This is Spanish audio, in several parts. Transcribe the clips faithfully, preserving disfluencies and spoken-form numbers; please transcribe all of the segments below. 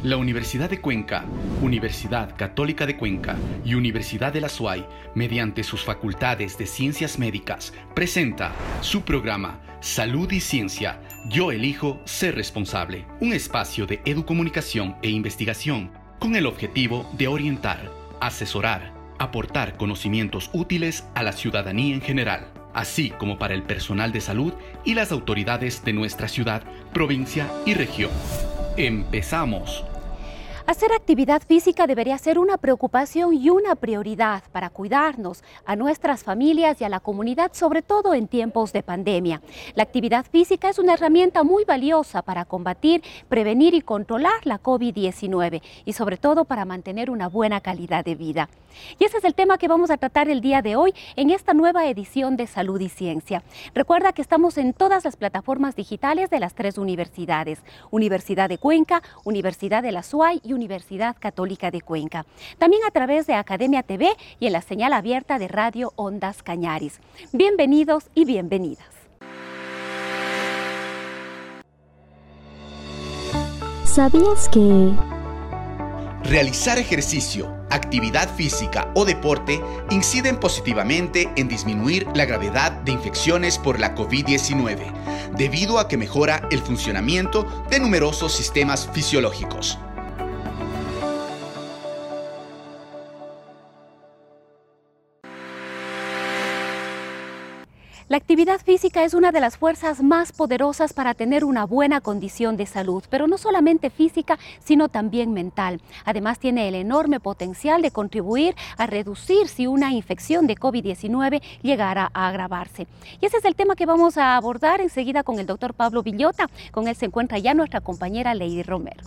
La Universidad de Cuenca, Universidad Católica de Cuenca y Universidad de la S U A Y, mediante sus facultades de Ciencias Médicas, presenta su programa Salud y Ciencia, Yo elijo ser responsable, un espacio de educomunicación e investigación con el objetivo de orientar, asesorar, aportar conocimientos útiles a la ciudadanía en general, así como para el personal de salud y las autoridades de nuestra ciudad, provincia y región. ¡Empezamos! Hacer actividad física debería ser una preocupación y una prioridad para cuidarnos, a nuestras familias y a la comunidad, sobre todo en tiempos de pandemia. La actividad física es una herramienta muy valiosa para combatir, prevenir y controlar la COVID diecinueve y sobre todo para mantener una buena calidad de vida. Y ese es el tema que vamos a tratar el día de hoy en esta nueva edición de Salud y Ciencia. Recuerda que estamos en todas las plataformas digitales de las tres universidades, Universidad de Cuenca, Universidad de la S U A Y y Universidad Católica de Cuenca. También a través de Academia T V y en la señal abierta de Radio Ondas Cañaris. Bienvenidos y bienvenidas. ¿Sabías que realizar ejercicio, actividad física o deporte inciden positivamente en disminuir la gravedad de infecciones por la COVID diecinueve, debido a que mejora el funcionamiento de numerosos sistemas fisiológicos? La actividad física es una de las fuerzas más poderosas para tener una buena condición de salud, pero no solamente física, sino también mental. Además, tiene el enorme potencial de contribuir a reducir si una infección de COVID diecinueve llegara a agravarse. Y ese es el tema que vamos a abordar enseguida con el doctor Pablo Villota. Con él se encuentra ya nuestra compañera Lady Romero.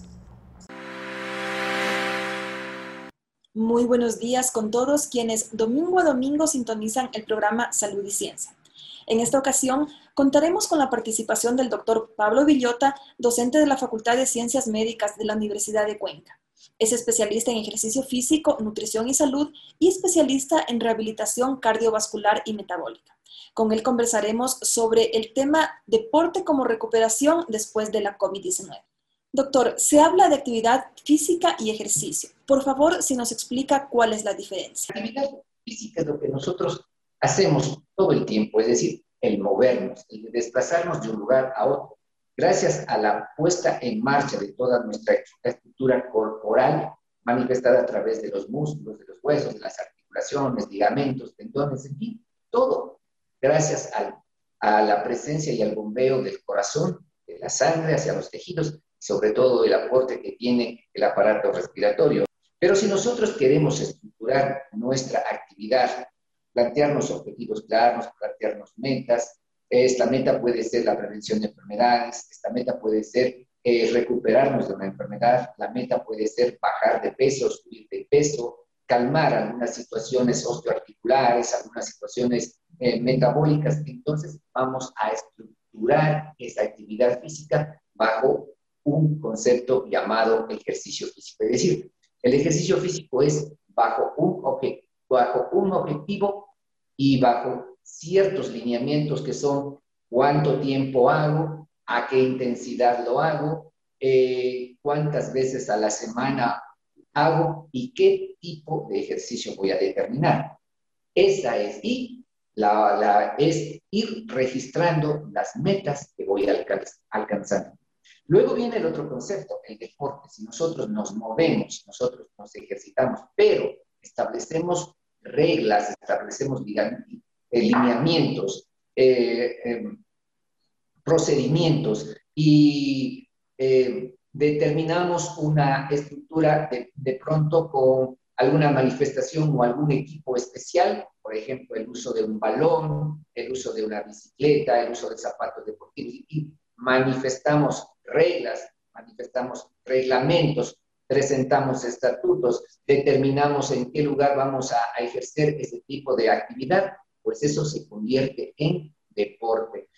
Muy buenos días con todos quienes domingo a domingo sintonizan el programa Salud y Ciencia. En esta ocasión contaremos con la participación del doctor Pablo Villota, docente de la Facultad de Ciencias Médicas de la Universidad de Cuenca. Es especialista en ejercicio físico, nutrición y salud y especialista en rehabilitación cardiovascular y metabólica. Con él conversaremos sobre el tema deporte como recuperación después de la COVID diecinueve. Doctor, se habla de actividad física y ejercicio. Por favor, si nos explica cuál es la diferencia. La actividad física es lo que nosotros hacemos todo el tiempo, es decir, el movernos, el desplazarnos de un lugar a otro. Gracias a la puesta en marcha de toda nuestra estructura corporal, manifestada a través de los músculos, de los huesos, de las articulaciones, ligamentos, tendones, en fin, todo. Gracias al, a la presencia y al bombeo del corazón, de la sangre hacia los tejidos, y sobre todo el aporte que tiene el aparato respiratorio. Pero si nosotros queremos estructurar nuestra actividad, plantearnos objetivos claros, plantearnos metas. Esta meta puede ser la prevención de enfermedades, esta meta puede ser eh, recuperarnos de una enfermedad, la meta puede ser bajar de peso, subir de peso, calmar algunas situaciones osteoarticulares, algunas situaciones eh, metabólicas. Entonces vamos a estructurar esa actividad física bajo un concepto llamado ejercicio físico. Es decir, el ejercicio físico es bajo un objetivo, bajo un objetivo y bajo ciertos lineamientos que son cuánto tiempo hago, a qué intensidad lo hago, eh, cuántas veces a la semana hago y qué tipo de ejercicio voy a determinar. Esa es, y la, la, es ir registrando las metas que voy alcanz, alcanzando. Luego viene el otro concepto, el deporte. Si nosotros nos movemos, nosotros nos ejercitamos, pero establecemos reglas, establecemos lineamientos, eh, eh, procedimientos y eh, determinamos una estructura de, de pronto con alguna manifestación o algún equipo especial, por ejemplo, el uso de un balón, el uso de una bicicleta, el uso de zapatos deportivos, y manifestamos reglas, manifestamos reglamentos, presentamos estatutos, determinamos en qué lugar vamos a, a ejercer ese tipo de actividad, pues eso se convierte en deporte.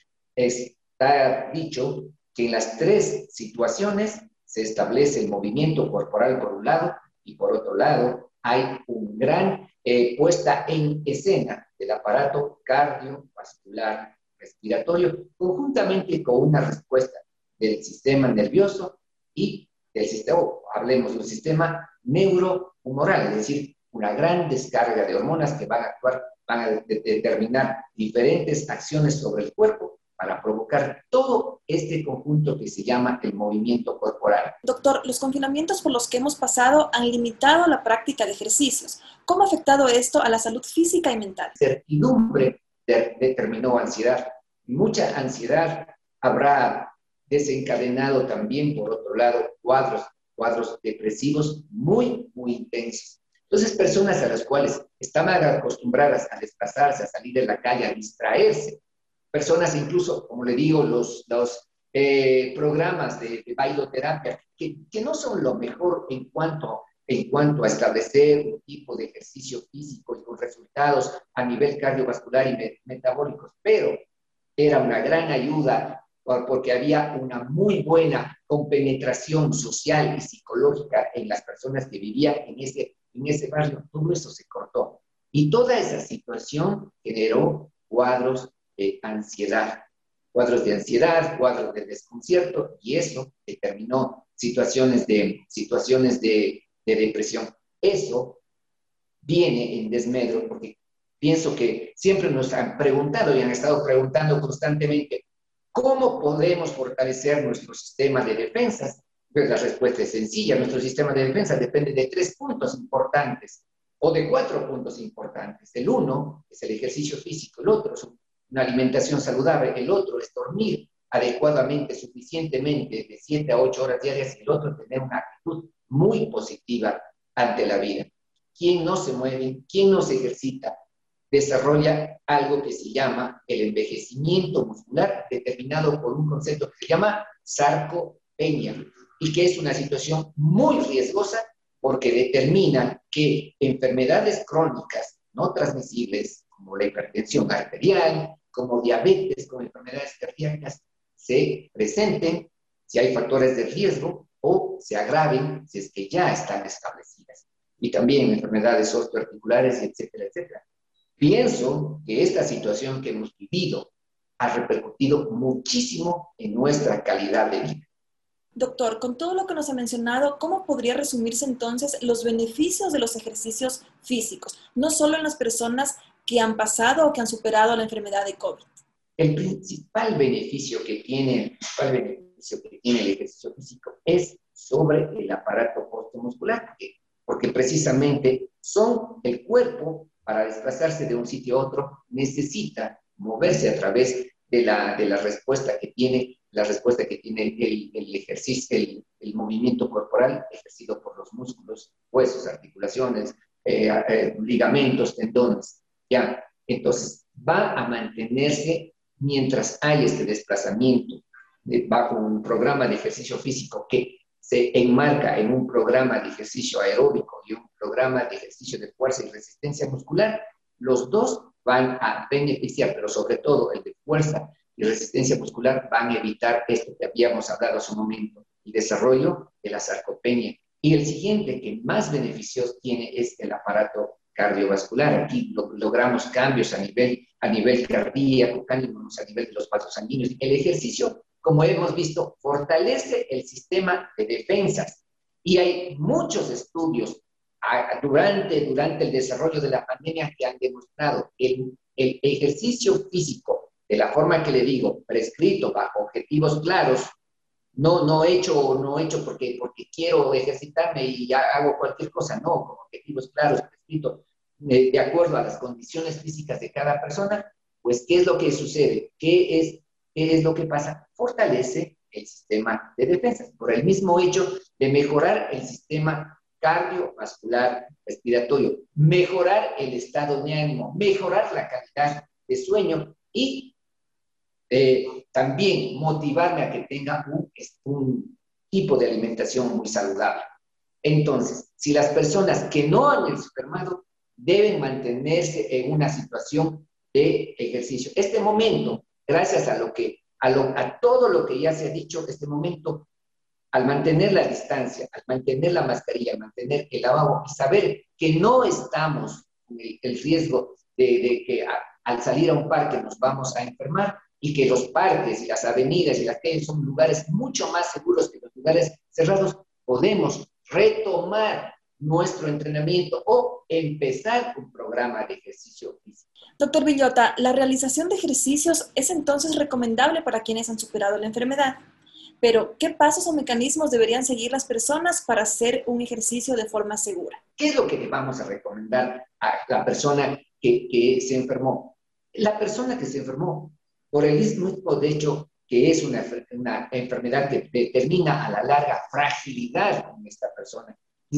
Está dicho que en las tres situaciones se establece el movimiento corporal por un lado y por otro lado hay un gran eh, puesta en escena del aparato cardiovascular respiratorio conjuntamente con una respuesta del sistema nervioso y del sistema, o hablemos de un sistema neurohumoral, es decir, una gran descarga de hormonas que van a actuar, van a de, de, determinar diferentes acciones sobre el cuerpo para provocar todo este conjunto que se llama el movimiento corporal. Doctor, los confinamientos por los que hemos pasado han limitado la práctica de ejercicios. ¿Cómo ha afectado esto a la salud física y mental? Certidumbre de, determinó ansiedad. Mucha ansiedad habrá desencadenado también, por otro lado, cuadros, cuadros depresivos muy, muy intensos. Entonces, personas a las cuales estaban acostumbradas a desplazarse, a salir de la calle, a distraerse, personas incluso, como le digo, los, los eh, programas de, de bailoterapia, que, que no son lo mejor en cuanto, en cuanto a establecer un tipo de ejercicio físico y con resultados a nivel cardiovascular y me, metabólicos, pero era una gran ayuda porque había una muy buena compenetración social y psicológica en las personas que vivían en ese, en ese barrio. Todo eso se cortó. Y toda esa situación generó cuadros de ansiedad, cuadros de ansiedad, cuadros de desconcierto, y eso determinó situaciones de, situaciones de, de depresión. Eso viene en desmedro, porque pienso que siempre nos han preguntado y han estado preguntando constantemente ¿cómo podemos fortalecer nuestro sistema de defensas? Pues la respuesta es sencilla. Nuestro sistema de defensas depende de tres puntos importantes, o de cuatro puntos importantes. El uno es el ejercicio físico, el otro es una alimentación saludable, el otro es dormir adecuadamente, suficientemente, de siete a ocho horas diarias, y el otro tener una actitud muy positiva ante la vida. Quien no se mueve, quien no se ejercita, desarrolla algo que se llama el envejecimiento muscular, determinado por un concepto que se llama sarcopenia, y que es una situación muy riesgosa porque determina que enfermedades crónicas no transmisibles, como la hipertensión arterial, como diabetes, como enfermedades cardíacas, se presenten si hay factores de riesgo o se agraven si es que ya están establecidas. Y también enfermedades osteoarticulares, etcétera, etcétera. Pienso que esta situación que hemos vivido ha repercutido muchísimo en nuestra calidad de vida. Doctor, con todo lo que nos ha mencionado, ¿cómo podría resumirse entonces los beneficios de los ejercicios físicos, no solo en las personas que han pasado o que han superado la enfermedad de COVID? El principal beneficio que tiene, el principal beneficio que tiene el ejercicio físico es sobre el aparato osteomuscular, porque, porque precisamente son el cuerpo, para desplazarse de un sitio a otro, necesita moverse a través de la, de la respuesta que tiene, la respuesta que tiene el, el ejercicio, el, el movimiento corporal ejercido por los músculos, huesos, articulaciones, eh, eh, ligamentos, tendones, ¿ya? Entonces, va a mantenerse mientras hay este desplazamiento de, bajo un programa de ejercicio físico que se enmarca en un programa de ejercicio aeróbico y un programa de ejercicio de fuerza y resistencia muscular. Los dos van a beneficiar, pero sobre todo el de fuerza y resistencia muscular van a evitar esto que habíamos hablado hace un momento, el desarrollo de la sarcopenia. Y el siguiente que más beneficios tiene es el aparato cardiovascular. Aquí lo, logramos cambios a nivel, a nivel cardíaco, cambios a nivel de los vasos sanguíneos. El ejercicio, como hemos visto, fortalece el sistema de defensas. Y hay muchos estudios a, durante, durante el desarrollo de la pandemia que han demostrado que el, el ejercicio físico, de la forma que le digo, prescrito bajo objetivos claros, no, no hecho, no hecho porque, porque quiero ejercitarme y ya hago cualquier cosa, no, con objetivos claros, prescrito, de, de acuerdo a las condiciones físicas de cada persona, pues, ¿qué es lo que sucede? ¿Qué es ¿Qué es lo que pasa? Fortalece el sistema de defensas por el mismo hecho de mejorar el sistema cardiovascular respiratorio, mejorar el estado de ánimo, mejorar la calidad de sueño y eh, también motivarme a que tenga un, un tipo de alimentación muy saludable. Entonces, si las personas que no han enfermado deben mantenerse en una situación de ejercicio. Este momento, gracias a, lo que, a, lo, a todo lo que ya se ha dicho, este momento, al mantener la distancia, al mantener la mascarilla, al mantener el lavabo y saber que no estamos en el, el riesgo de, de que a, al salir a un parque nos vamos a enfermar y que los parques y las avenidas y las calles son lugares mucho más seguros que los lugares cerrados, podemos retomar nuestro entrenamiento o empezar un programa de ejercicio físico. Doctor Villota, ¿la realización de ejercicios es entonces recomendable para quienes han superado la enfermedad? Pero, ¿qué pasos o mecanismos deberían seguir las personas para hacer un ejercicio de forma segura? ¿Qué es lo que le vamos a recomendar a la persona que, que se enfermó? La persona que se enfermó, por el mismo de hecho que es una, una enfermedad que determina a la larga fragilidad en esta persona,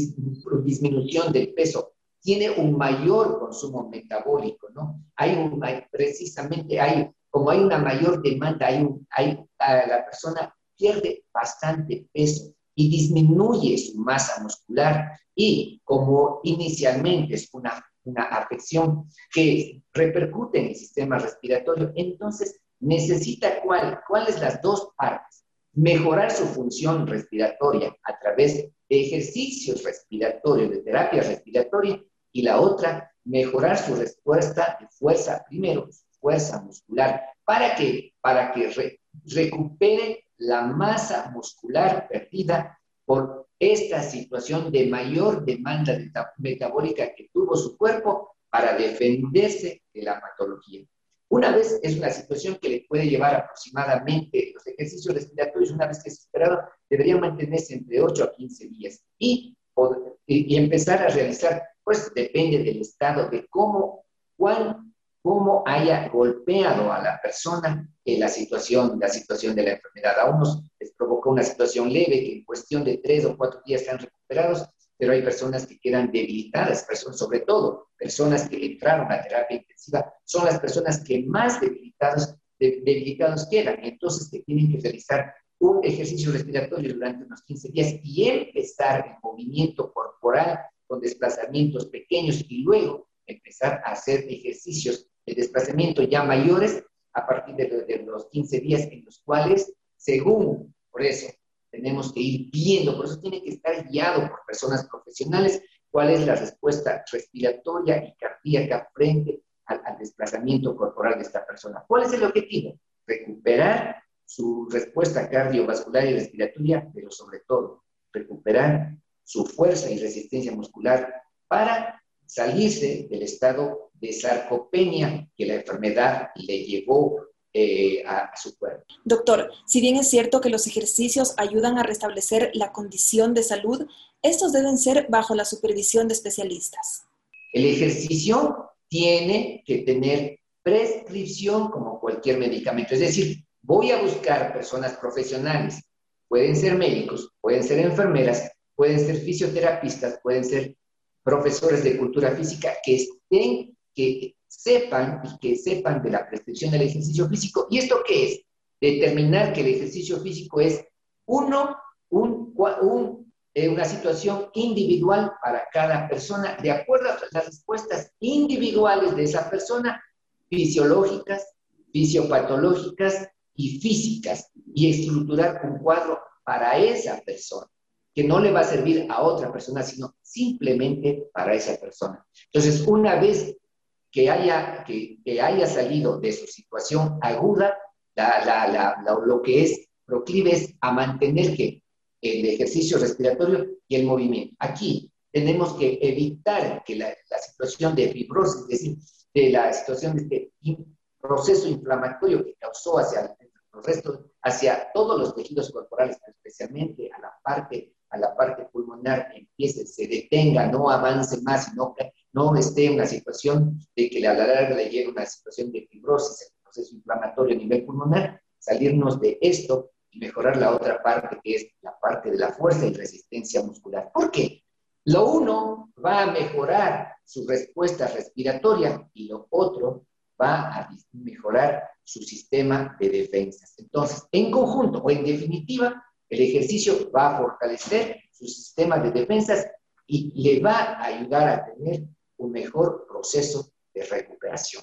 disminución del peso, tiene un mayor consumo metabólico, ¿no? Hay un, hay, precisamente, hay, como hay una mayor demanda, hay, un, hay a la persona pierde bastante peso y disminuye su masa muscular, y como inicialmente es una, una afección que repercute en el sistema respiratorio, entonces necesita cuál, cuáles las dos partes, mejorar su función respiratoria a través de ejercicios respiratorios, de terapia respiratoria, y la otra, mejorar su respuesta de fuerza, primero, fuerza muscular, ¿para qué? Para que re, recupere la masa muscular perdida por esta situación de mayor demanda de metabólica que tuvo su cuerpo para defenderse de la patología. Una vez es una situación que le puede llevar aproximadamente, los ejercicios respiratorios, una vez que es superado, deberían mantenerse entre ocho a quince días y, y, y empezar a realizar, pues depende del estado, de cómo, cuán, cómo haya golpeado a la persona en la situación, la situación de la enfermedad. A unos les provocó una situación leve que en cuestión de tres o cuatro días están recuperados, pero hay personas que quedan debilitadas, personas, sobre todo personas que entraron a terapia intensiva, son las personas que más debilitados, de, debilitados quedan. Entonces que tienen que realizar un ejercicio respiratorio durante unos quince días y empezar el movimiento corporal con desplazamientos pequeños y luego empezar a hacer ejercicios de desplazamiento ya mayores a partir de, de los quince días, en los cuales, según, por eso, tenemos que ir viendo, por eso tiene que estar guiado por personas profesionales, cuál es la respuesta respiratoria y cardíaca frente al, al desplazamiento corporal de esta persona. ¿Cuál es el objetivo? Recuperar su respuesta cardiovascular y respiratoria, pero sobre todo, recuperar su fuerza y resistencia muscular para salirse del estado de sarcopenia que la enfermedad le llevó eh, a, a su cuerpo. Doctor, si bien es cierto que los ejercicios ayudan a restablecer la condición de salud, estos deben ser bajo la supervisión de especialistas. El ejercicio tiene que tener prescripción como cualquier medicamento. Es decir, voy a buscar personas profesionales, pueden ser médicos, pueden ser enfermeras, pueden ser fisioterapistas, pueden ser profesores de cultura física que estén, que sepan y que sepan de la prescripción del ejercicio físico. ¿Y esto qué es? Determinar que el ejercicio físico es uno, un, un, eh, una situación individual para cada persona, de acuerdo a las respuestas individuales de esa persona, fisiológicas, fisiopatológicas y físicas, y estructurar un cuadro para esa persona, que no le va a servir a otra persona, sino simplemente para esa persona. Entonces, una vez que haya, que, que haya salido de su situación aguda, la, la, la, la, lo que es proclive es a mantener que el ejercicio respiratorio y el movimiento. Aquí tenemos que evitar que la, la situación de fibrosis, es decir, de la situación de este proceso inflamatorio que causó hacia los restos, hacia todos los tejidos corporales, especialmente a la parte a la parte pulmonar, empiece, se detenga, no avance más, no, no esté en una situación de que a la larga le llegue una situación de fibrosis, el proceso inflamatorio a nivel pulmonar, salirnos de esto y mejorar la otra parte, que es la parte de la fuerza y resistencia muscular. ¿Por qué? Lo uno va a mejorar su respuesta respiratoria y lo otro va a mejorar su sistema de defensas. Entonces, en conjunto o en definitiva, el ejercicio va a fortalecer su sistema de defensas y le va a ayudar a tener un mejor proceso de recuperación.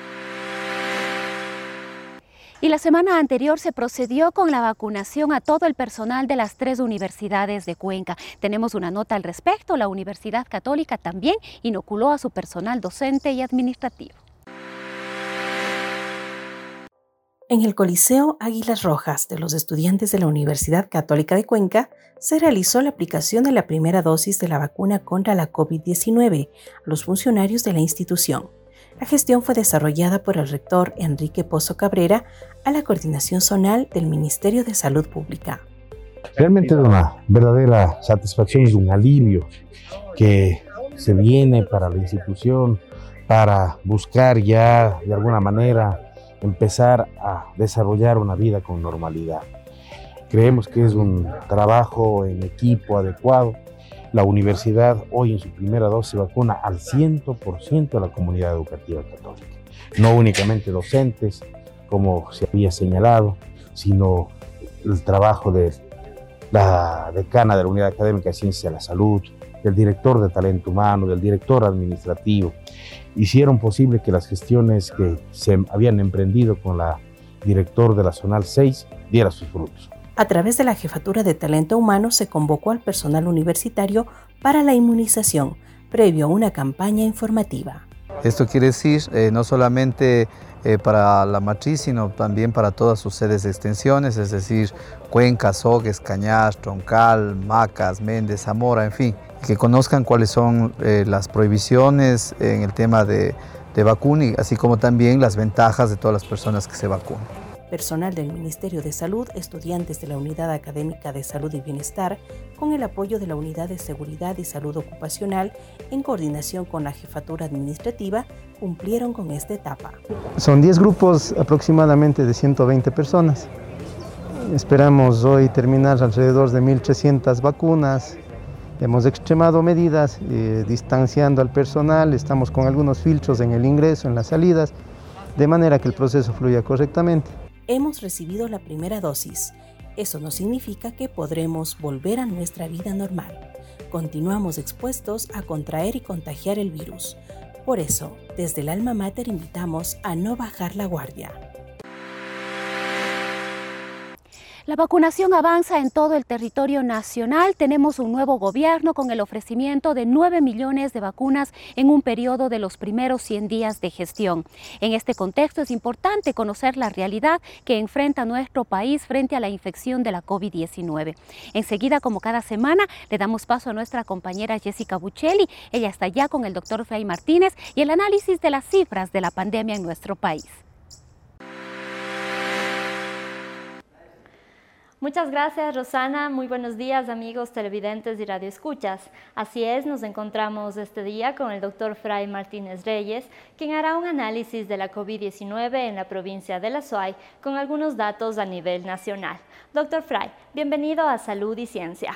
Y la semana anterior se procedió con la vacunación a todo el personal de las tres universidades de Cuenca. Tenemos una nota al respecto. La Universidad Católica también inoculó a su personal docente y administrativo. En el Coliseo Águilas Rojas de los estudiantes de la Universidad Católica de Cuenca se realizó la aplicación de la primera dosis de la vacuna contra la COVID diecinueve a los funcionarios de la institución. La gestión fue desarrollada por el rector Enrique Pozo Cabrera a la coordinación zonal del Ministerio de Salud Pública. Realmente es una verdadera satisfacción y un alivio que se viene para la institución para buscar ya de alguna manera empezar a desarrollar una vida con normalidad. Creemos que es un trabajo en equipo adecuado. La universidad hoy en su primera dosis vacuna al cien por ciento de la comunidad educativa católica. No únicamente docentes, como se había señalado, sino el trabajo de la decana de la Unidad Académica de Ciencia de la Salud, del director de Talento Humano, del director administrativo, hicieron posible que las gestiones que se habían emprendido con la director de la Zonal seis dieran sus frutos. A través de la Jefatura de Talento Humano se convocó al personal universitario para la inmunización, previo a una campaña informativa. Esto quiere decir eh, no solamente eh, para la matriz, sino también para todas sus sedes de extensiones, es decir, Cuenca, Sogues, Cañar, Troncal, Macas, Méndez, Zamora, en fin, que conozcan cuáles son eh, las prohibiciones en el tema de, de vacuna, así como también las ventajas de todas las personas que se vacunan. Personal del Ministerio de Salud, estudiantes de la Unidad Académica de Salud y Bienestar, con el apoyo de la Unidad de Seguridad y Salud Ocupacional, en coordinación con la Jefatura Administrativa, cumplieron con esta etapa. Son diez grupos aproximadamente de ciento veinte personas. Esperamos hoy terminar alrededor de mil trescientas vacunas. Hemos extremado medidas, eh, distanciando al personal, estamos con algunos filtros en el ingreso, en las salidas, de manera que el proceso fluya correctamente. Hemos recibido la primera dosis. Eso no significa que podremos volver a nuestra vida normal. Continuamos expuestos a contraer y contagiar el virus. Por eso, desde el Alma Mater invitamos a no bajar la guardia. La vacunación avanza en todo el territorio nacional. Tenemos un nuevo gobierno con el ofrecimiento de nueve millones de vacunas en un periodo de los primeros cien días de gestión. En este contexto es importante conocer la realidad que enfrenta nuestro país frente a la infección de la COVID diecinueve. Enseguida, como cada semana, le damos paso a nuestra compañera Jessica Buccelli. Ella está ya con el doctor Fray Martínez y el análisis de las cifras de la pandemia en nuestro país. Muchas gracias, Rosana. Muy buenos días, amigos televidentes y radioescuchas. Así es, nos encontramos este día con el doctor Fray Martínez Reyes, quien hará un análisis de la COVID diecinueve en la provincia de La Suay con algunos datos a nivel nacional. Doctor Fray, bienvenido a Salud y Ciencia.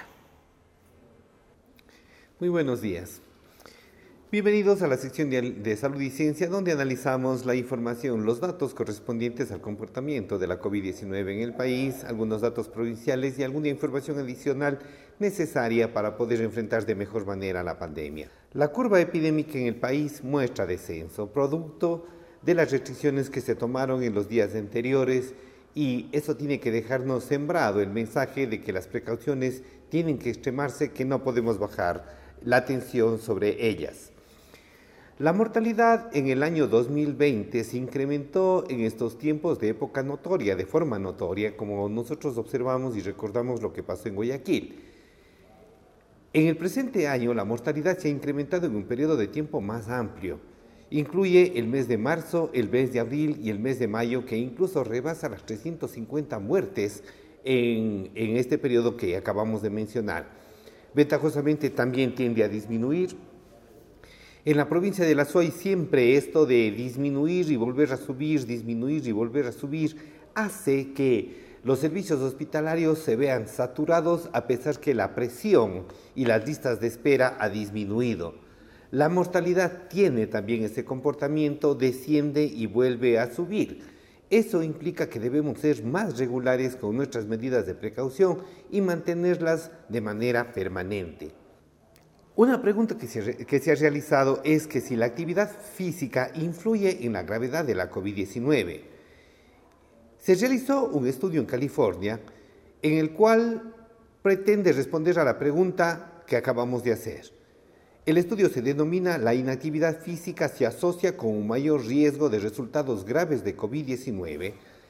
Muy buenos días. Bienvenidos a la sección de, de Salud y Ciencia, donde analizamos la información, los datos correspondientes al comportamiento de la COVID diecinueve en el país, algunos datos provinciales y alguna información adicional necesaria para poder enfrentar de mejor manera la pandemia. La curva epidémica en el país muestra descenso, producto de las restricciones que se tomaron en los días anteriores, y eso tiene que dejarnos sembrado el mensaje de que las precauciones tienen que extremarse, que no podemos bajar la atención sobre ellas. La mortalidad en el año dos mil veinte se incrementó en estos tiempos de época notoria, de forma notoria, como nosotros observamos y recordamos lo que pasó en Guayaquil. En el presente año, la mortalidad se ha incrementado en un periodo de tiempo más amplio. Incluye el mes de marzo, el mes de abril y el mes de mayo, que incluso rebasa las trescientas cincuenta muertes en, en este periodo que acabamos de mencionar. Ventajosamente también tiende a disminuir. En la provincia de La Suay siempre esto de disminuir y volver a subir, disminuir y volver a subir, hace que los servicios hospitalarios se vean saturados a pesar que la presión y las listas de espera ha disminuido. La mortalidad tiene también ese comportamiento, desciende y vuelve a subir. Eso implica que debemos ser más regulares con nuestras medidas de precaución y mantenerlas de manera permanente. Una pregunta que se, que se ha realizado es que si la actividad física influye en la gravedad de la COVID diecinueve. Se realizó un estudio en California en el cual pretende responder a la pregunta que acabamos de hacer. El estudio se denomina "La inactividad física se asocia con un mayor riesgo de resultados graves de COVID diecinueve",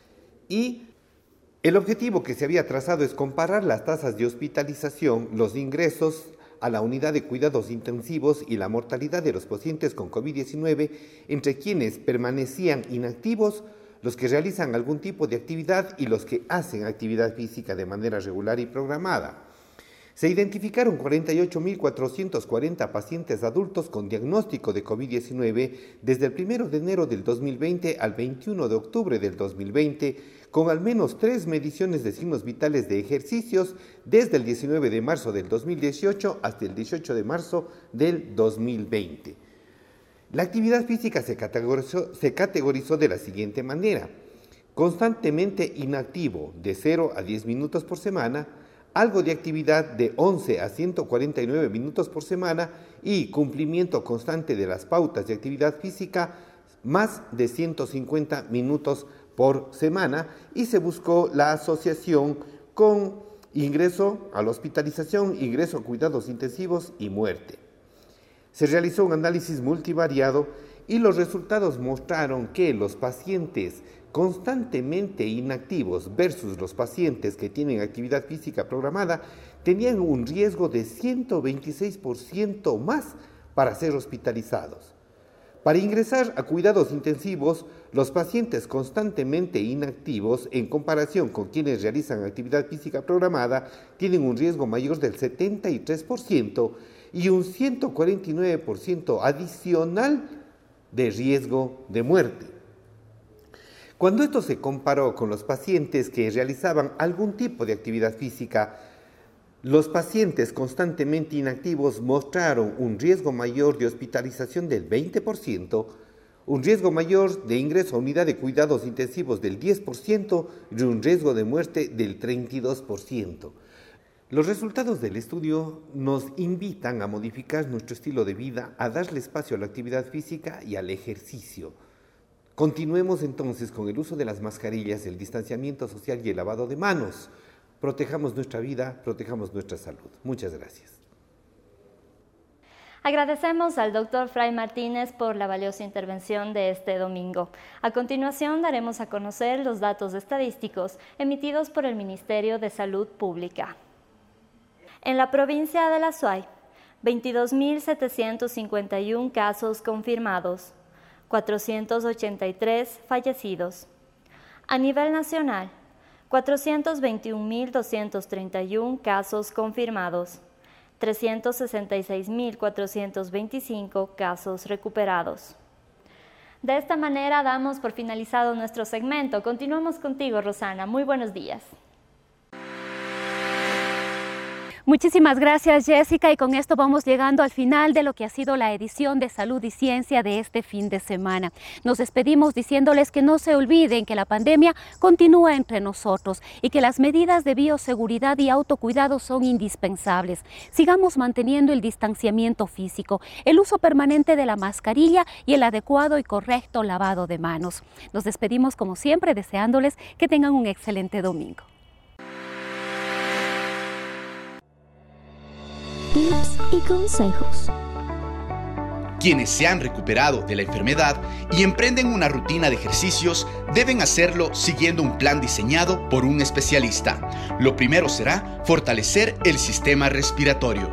y el objetivo que se había trazado es comparar las tasas de hospitalización, los ingresos a la unidad de cuidados intensivos y la mortalidad de los pacientes con COVID diecinueve entre quienes permanecían inactivos, los que realizan algún tipo de actividad y los que hacen actividad física de manera regular y programada. Se identificaron cuarenta y ocho mil cuatrocientos cuarenta pacientes adultos con diagnóstico de COVID diecinueve desde el primero de enero del dos mil veinte al veintiuno de octubre del dos mil veinte, con al menos tres mediciones de signos vitales de ejercicios desde el diecinueve de marzo del dos mil dieciocho hasta el dieciocho de marzo del dos mil veinte. La actividad física se categorizó, se categorizó de la siguiente manera: constantemente inactivo de cero a diez minutos por semana, algo de actividad de once a ciento cuarenta y nueve minutos por semana y cumplimiento constante de las pautas de actividad física más de ciento cincuenta minutos por semana, y se buscó la asociación con ingreso a la hospitalización, ingreso a cuidados intensivos y muerte. Se realizó un análisis multivariado y los resultados mostraron que los pacientes constantemente inactivos versus los pacientes que tienen actividad física programada tenían un riesgo de ciento veintiséis por ciento más para ser hospitalizados. Para ingresar a cuidados intensivos, los pacientes constantemente inactivos, en comparación con quienes realizan actividad física programada, tienen un riesgo mayor del setenta y tres por ciento y un ciento cuarenta y nueve por ciento adicional de riesgo de muerte. Cuando esto se comparó con los pacientes que realizaban algún tipo de actividad física, los pacientes constantemente inactivos mostraron un riesgo mayor de hospitalización del veinte por ciento, un riesgo mayor de ingreso a unidad de cuidados intensivos del diez por ciento y un riesgo de muerte del treinta y dos por ciento. Los resultados del estudio nos invitan a modificar nuestro estilo de vida, a darle espacio a la actividad física y al ejercicio. Continuemos entonces con el uso de las mascarillas, el distanciamiento social y el lavado de manos. Protejamos nuestra vida, protejamos nuestra salud. Muchas gracias. Agradecemos al doctor Fray Martínez por la valiosa intervención de este domingo. A continuación daremos a conocer los datos estadísticos emitidos por el Ministerio de Salud Pública. En la provincia de La Suay, veintidós mil setecientos cincuenta y uno casos confirmados, cuatrocientos ochenta y tres fallecidos. A nivel nacional, cuatrocientos veintiún mil doscientos treinta y uno casos confirmados, trescientos sesenta y seis mil cuatrocientos veinticinco casos recuperados. De esta manera damos por finalizado nuestro segmento. Continuamos contigo, Rosana. Muy buenos días. Muchísimas gracias, Jessica, y con esto vamos llegando al final de lo que ha sido la edición de Salud y Ciencia de este fin de semana. Nos despedimos diciéndoles que no se olviden que la pandemia continúa entre nosotros y que las medidas de bioseguridad y autocuidado son indispensables. Sigamos manteniendo el distanciamiento físico, el uso permanente de la mascarilla y el adecuado y correcto lavado de manos. Nos despedimos como siempre deseándoles que tengan un excelente domingo. Tips y consejos. Quienes se han recuperado de la enfermedad y emprenden una rutina de ejercicios deben hacerlo siguiendo un plan diseñado por un especialista. Lo primero será fortalecer el sistema respiratorio.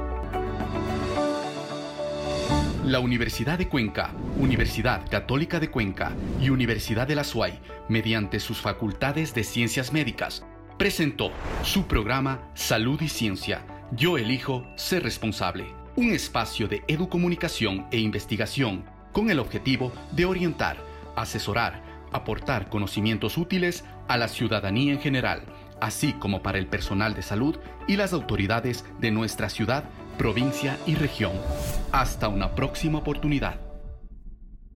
La Universidad de Cuenca, Universidad Católica de Cuenca y Universidad de La Suay, mediante sus facultades de Ciencias Médicas, presentó su programa Salud y Ciencia. Yo elijo ser responsable. Un espacio de educomunicación e investigación con el objetivo de orientar, asesorar, aportar conocimientos útiles a la ciudadanía en general, así como para el personal de salud y las autoridades de nuestra ciudad, provincia y región. Hasta una próxima oportunidad.